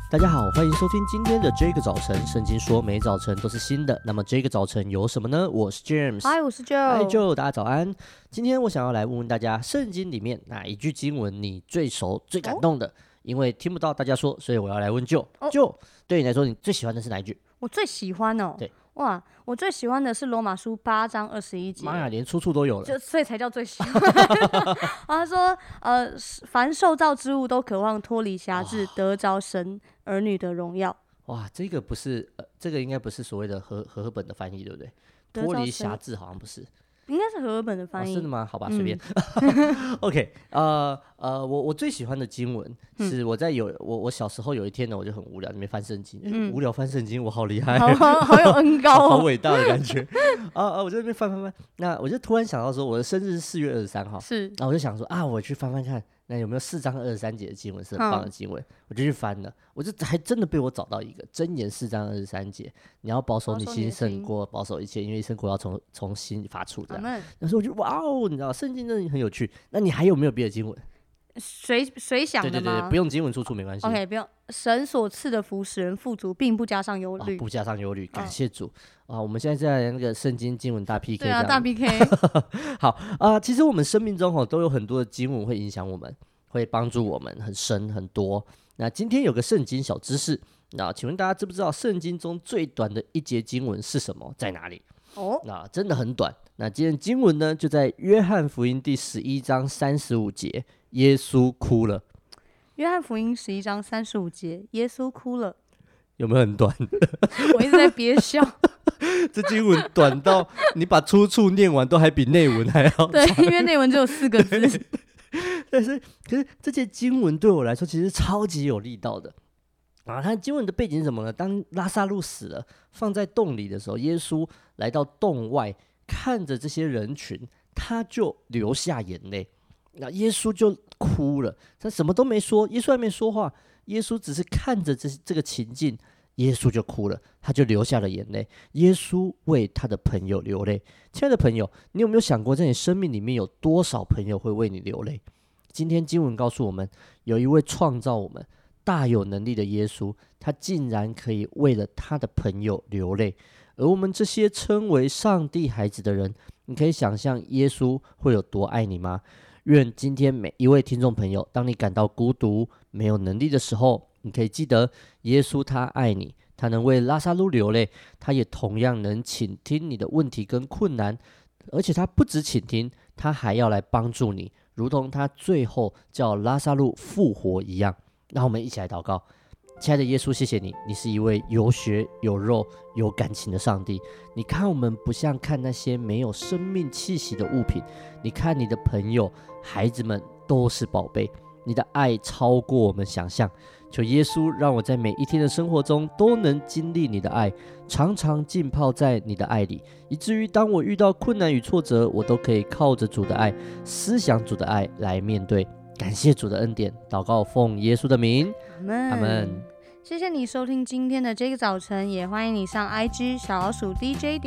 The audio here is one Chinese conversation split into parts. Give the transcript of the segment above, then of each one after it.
大家好，欢迎收听今天的这个早晨。圣经说每早晨都是新的，那么这个早晨有什么呢？我是 James， 嗨，我是 Joe， 嗨 Joe， 大家早安。今天我想要来问问大家，圣经里面哪一句经文你最熟、最感动的？因为听不到大家说，所以我要来问 Joe。Joe， 对你来说，你最喜欢的是哪一句？ 我最喜欢哦， 对， 哇，我最喜欢的是罗马书8章21节。 妈呀，连出处都有了， 所以才叫最喜欢。他说，凡受造之物都渴望脱离辖制，得着神儿女的荣耀。 哇，这个不是，这个应该不是所谓的和本的翻译，对不对？脱离辖制好像不是。 应该是和本的翻译， 真的吗？好吧，随便。OK， 我最喜欢的经文是我小时候有一天呢，我就很无聊，那边翻圣经，无聊翻圣经，我好厉害， 好有恩高哦， 好伟大的感觉。我在那边翻，那我就突然想到说，我的生日是4月23号， 是， 然后我就想说我去翻看，那有没有4章23节的经文是很棒的经文，我就去翻了，我就还真的被我找到一个箴言4章23节，你要保守你心胜过保守一切，因为胜过要从心发出的。那时候我就哇哦，你知道圣经真的很有趣。那你还有没有别的经文？ 谁想的吗？ 对，不用经文出处没关系。 OK， 不用。神所赐的福使人富足，并不加上忧虑。 不加上忧虑，感谢主我们现在在那个圣经经文大 PK。 对啊，大 PK。 好其实我们生命中都有很多的经文会影响我们，会帮助我们很深很多。那今天有个圣经小知识，那请问大家知不知道圣经中最短的一节经文是什么？在哪里？那真的很短。那今天经文呢，就在约翰福音第11章35节，耶稣哭了。 约翰福音11章35节，耶稣哭了。 有没有很短？ 我一直在憋笑。 这经文短到你把出处念完都还比内文还要长。 对，因为内文只有4个字。 可是这些经文对我来说其实超级有力道的。它经文的背景是什么呢？当拉撒路死了，放在洞里的时候，耶稣来到洞外，看着这些人群，他就流下眼泪。那耶稣就哭了，他什么都没说，耶稣还没说话，耶稣只是看着这个情境，耶稣就哭了，他就流下了眼泪。耶稣为他的朋友流泪。亲爱的朋友，你有没有想过，在你生命里面有多少朋友会为你流泪？今天经文告诉我们，有一位创造我们大有能力的耶稣，他竟然可以为了他的朋友流泪。而我们这些称为上帝孩子的人，你可以想象耶稣会有多爱你吗？愿今天每一位听众朋友，当你感到孤独没有能力的时候，你可以记得耶稣他爱你，他能为拉撒路流泪，他也同样能倾听你的问题跟困难，而且他不只倾听，他还要来帮助你，如同他最后叫拉撒路复活一样。让我们一起来祷告。亲爱的耶稣，谢谢你，你是一位有血有肉有感情的上帝。你看我们不像看那些没有生命气息的物品，你看你的朋友孩子们都是宝贝，你的爱超过我们想象。求耶稣让我在每一天的生活中都能经历你的爱，常常浸泡在你的爱里，以至于当我遇到困难与挫折，我都可以靠着主的爱，思想主的爱来面对。感谢主的恩典，祷告奉耶稣的名，阿们。 谢谢你收听今天的这个早晨，也欢迎你上 IG 小老鼠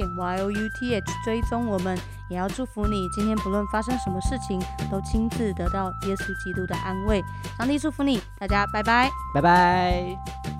DJ.YOUTH 追踪我们，也要祝福你今天不论发生什么事情，都亲自得到耶稣基督的安慰。上帝祝福你，大家拜拜， 拜拜。